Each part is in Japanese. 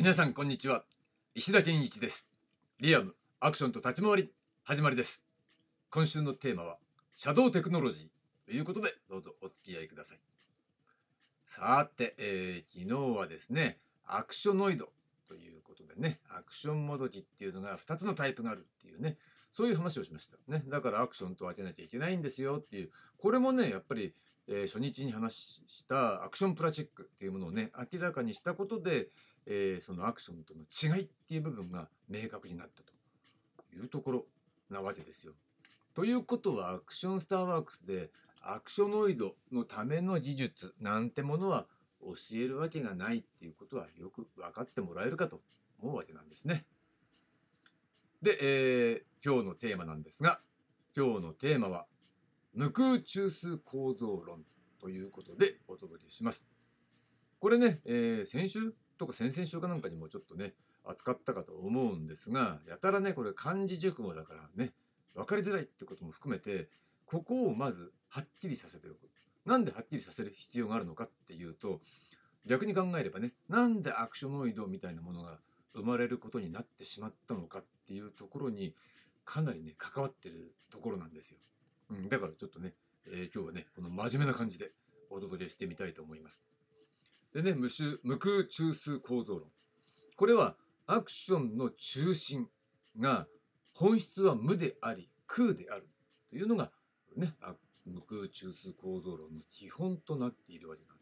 皆さんこんにちは。石田健一です。リアムアクションと立ち回り始まりです。今週のテーマはシャドウテクノロジーということで、どうぞお付き合いください。さて、昨日はですね、アクショノイドということでね、アクションもどきっていうのが2つのタイプがあるっていうね、そういう話をしましたね。だからアクションと分けなきゃいけないんですよっていう、これもねやっぱり、初日に話したアクションプラチックっていうものをね明らかにしたことで、そのアクションとの違いっていう部分が明確になったというところなわけですよ。ということはアクションスターワークスでアクショノイドのための技術なんてものは教えるわけがないっていうことはよく分かってもらえるかと思うわけなんですね。で、今日のテーマなんですが、今日のテーマは無空中枢構造論ということでお届けします。これね、先週とか先々週かなんかにもちょっとね扱ったかと思うんですが、やたらねこれ漢字熟語だからね分かりづらいってことも含めて、ここをまずはっきりさせておく。なんではっきりさせる必要があるのかっていうと、逆に考えればね、なんでアクショノイドみたいなものが生まれることになってしまったのかっていうところにかなりね関わってるところなんですよ。だからちょっとね、今日はねこの真面目な感じでお届けしてみたいと思います。でね、無空中枢構造論。これはアクションの中心が本質は無であり空であるというのがね、無空中枢構造論の基本となっているわけなんです。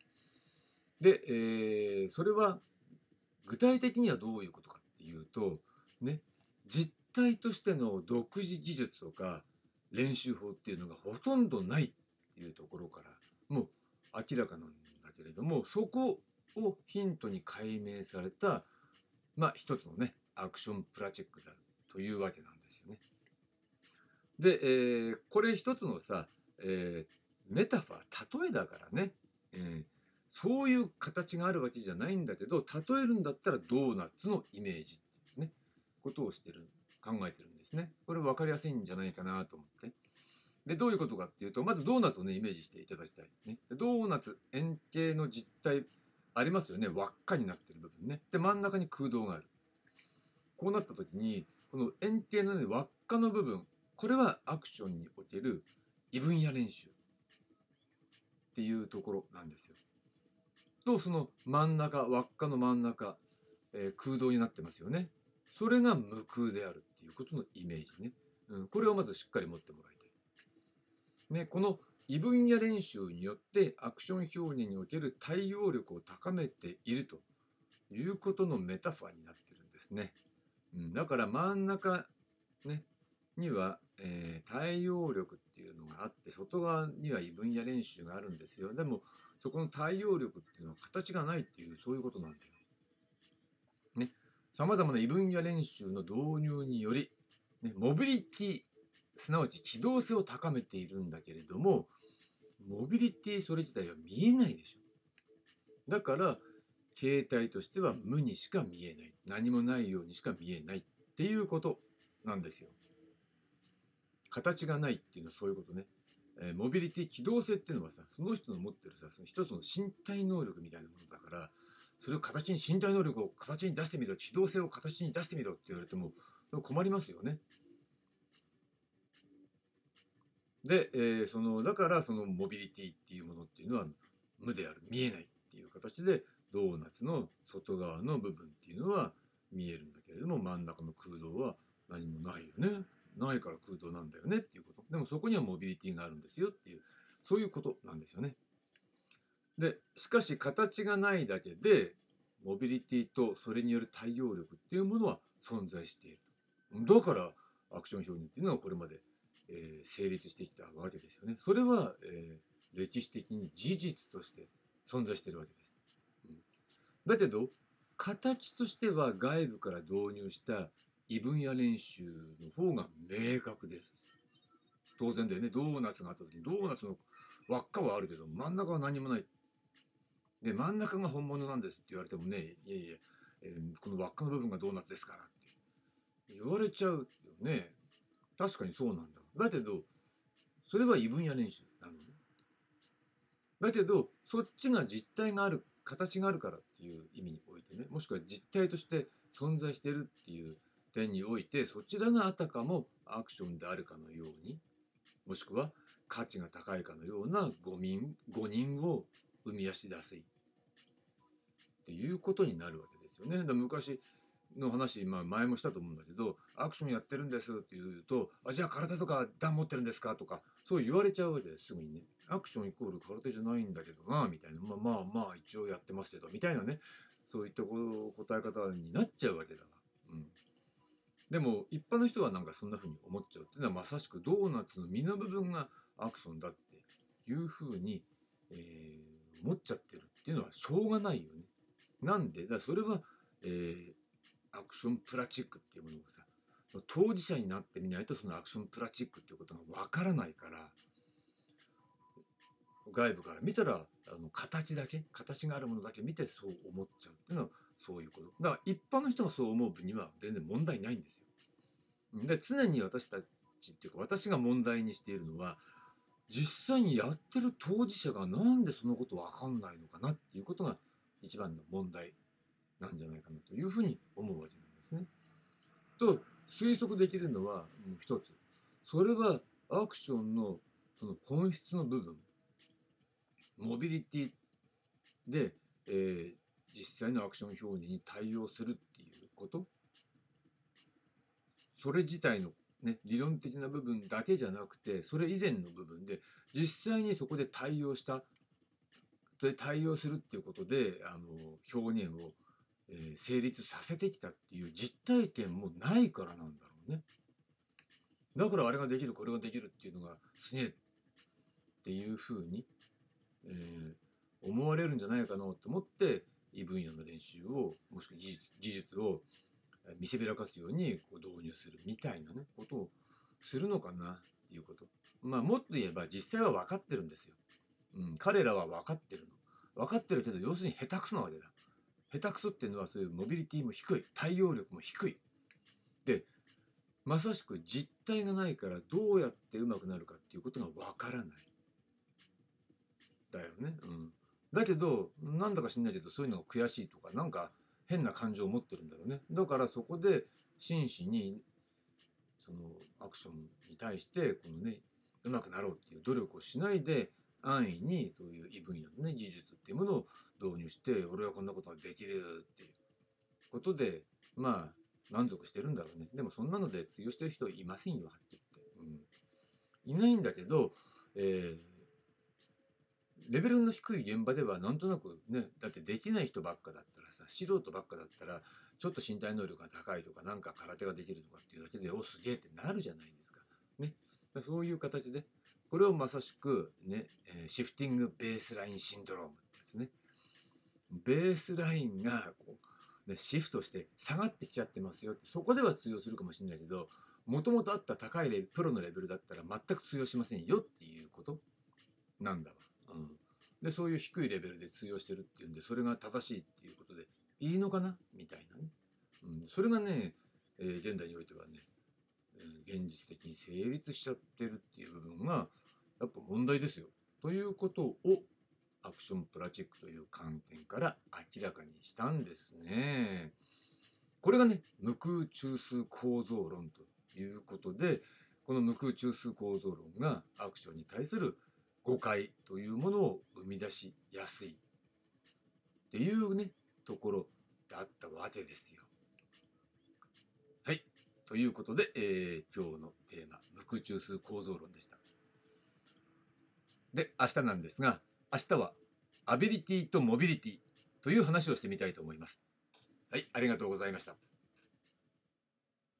で、それは具体的にはどういうことかっていうと、ね、実体としての独自技術とか練習法っていうのがほとんどないっていうところからもう明らかなんだけれども、そこをヒントに解明された一つのねアクションプラチックであるというわけなんですよね。で、これ一つのさ、メタファー例えだからね、そういう形があるわけじゃないんだけど、例えるんだったらドーナツのイメージっていうねことを考えてるんですね。これ分かりやすいんじゃないかなと思って。でどういうことかっていうと、まずドーナツをねイメージしていただきたい、ね、ドーナツ円形の実体ありますよね。輪っかになってる部分ね。で真ん中に空洞がある。こうなった時にこの円形の、ね、輪っかの部分、これはアクションにおける異分野練習っていうところなんですよ。とその真ん中、輪っかの真ん中、空洞になってますよね。それが無空であるっていうことのイメージね。これをまずしっかり持ってもらいたい。ね、この異分野練習によってアクション表現における対応力を高めているということのメタファーになってるんですね。だから真ん中、ね、には、対応力っていうのがあって、外側には異分野練習があるんですよ。でもそこの対応力っていうのは形がないっていう、そういうことなんだよ。ね、さまざまな異分野練習の導入により、ね、モビリティ、すなわち機動性を高めているんだけれども、モビリティそれ自体は見えないでしょ。だから形態としては無にしか見えない、何もないようにしか見えないっていうことなんですよ。形がないっていうのはそういうことね。モビリティ、機動性っていうのはさ、その人の持ってるさ、その一つの身体能力みたいなものだから、それを形に、身体能力を形に出してみろ、機動性を形に出してみろって言われても困りますよね。で、だからそのモビリティっていうものっていうのは無である、見えないっていう形で、ドーナツの外側の部分っていうのは見えるんだけれども、真ん中の空洞は何もないよね。ないから空洞なんだよねっていうこと。でもそこにはモビリティがあるんですよっていう、そういうことなんですよね。で、しかし形がないだけで、モビリティとそれによる対応力っていうものは存在している。だからアクション表現っていうのはこれまで、成立してきたわけですよね。それは、歴史的に事実として存在しているわけです。だけど形としては外部から導入した異分野練習の方が明確です。当然だよね。ドーナツがあった時にドーナツの輪っかはあるけど真ん中は何もない。で真ん中が本物なんですって言われてもね、いやいや、この輪っかの部分がドーナツですからって言われちゃうよね。確かにそうなんだ。だけどそれは異分野練習なのね。だけどそっちが実体がある形があるからっていう意味においてね、もしくは実体として存在しているっていう点において、そちらがあたかもアクションであるかのように、もしくは価値が高いかのような誤認を生み出しやすいっていうことになるわけですよね。だから昔の話、前もしたと思うんだけど、アクションやってるんですって言うと、じゃあ空手とか段持ってるんですかとか、そう言われちゃうわけです、すぐにね。アクションイコール空手じゃないんだけどな、みたいな。一応やってますけど、みたいなね。そういった答え方になっちゃうわけだわ。うん。でも、一般の人はなんかそんな風に思っちゃうっていうのは、まさしくドーナツの実の部分がアクションだっていう風に、思っちゃってるっていうのはしょうがないよね。なんで、それは、アクションプラチックっていうものをさ、当事者になってみないとそのアクションプラチックっていうことがわからないから、外部から見たら形があるものだけ見てそう思っちゃうっていうのはそういうこと。だから一般の人がそう思う分には全然問題ないんですよ。で、常に私たちっていうか私が問題にしているのは、実際にやってる当事者がなんでそのことわかんないのかなっていうことが一番の問題なんじゃないかなというふうに思うわけなんですね。と推測できるのはもう一つ。それはアクションのその本質の部分、モビリティで、実際のアクション表示に対応するっていうこと。それ自体のね、理論的な部分だけじゃなくて、それ以前の部分で、実際にそこで対応するっていうことで、表現を、成立させてきたっていう実体験もないからなんだろうね。だからあれができる、これができるっていうのがすげえっていうふうに、思われるんじゃないかなと思って、異分野の練習を、もしくは技術を見せびらかすようにこう導入するみたいなね、ことをするのかなっていうこと。もっと言えば実際は分かってるんですよ。彼らは分かってるの。分かってるけど、要するに下手くそなわけだ。下手くそっていうのはそういうモビリティも低い。対応力も低い。で、まさしく実体がないからどうやって上手くなるかっていうことが分からない。だよね。だけど、なんだか知んないけど、そういうのが悔しいとか、なんか変な感情を持ってるんだろうね。だからそこで真摯に、そのアクションに対して、このね、上手くなろうっていう努力をしないで、安易にそういう異分野のね、技術っていうものを導入して、俺はこんなことができるっていうことで、満足してるんだろうね。でもそんなので通用してる人いませんよ、はっきり言って。いないんだけど、レベルの低い現場ではなんとなくね、だってできない人ばっかだったらさ、素人ばっかだったら、ちょっと身体能力が高いとか、なんか空手ができるとかっていうだけで、お、すげえってなるじゃないですか。ね。そういう形で、これをまさしくね、シフティングベースラインシンドロームってやつね。ベースラインがこう、ね、シフトして下がってきちゃってますよって、そこでは通用するかもしれないけど、もともとあった高いプロのレベルだったら全く通用しませんよっていうことなんだわ。で、そういう低いレベルで通用してるっていうんで、それが正しいっていうことでいいのかなみたいなね。それがね、現代においてはね、現実的に成立しちゃってるっていう部分が、やっぱ問題ですよ。ということを、アクションプラチックという観点から明らかにしたんですね。これがね、無空中枢構造論ということで、この無空中枢構造論がアクションに対する誤解というものを生み出しやすいっていうね、ところだったわけですよ。はい。ということで、今日のテーマ、無空中枢構造論でした。で、明日なんですが、明日はアビリティとモビリティという話をしてみたいと思います。はい、ありがとうございました。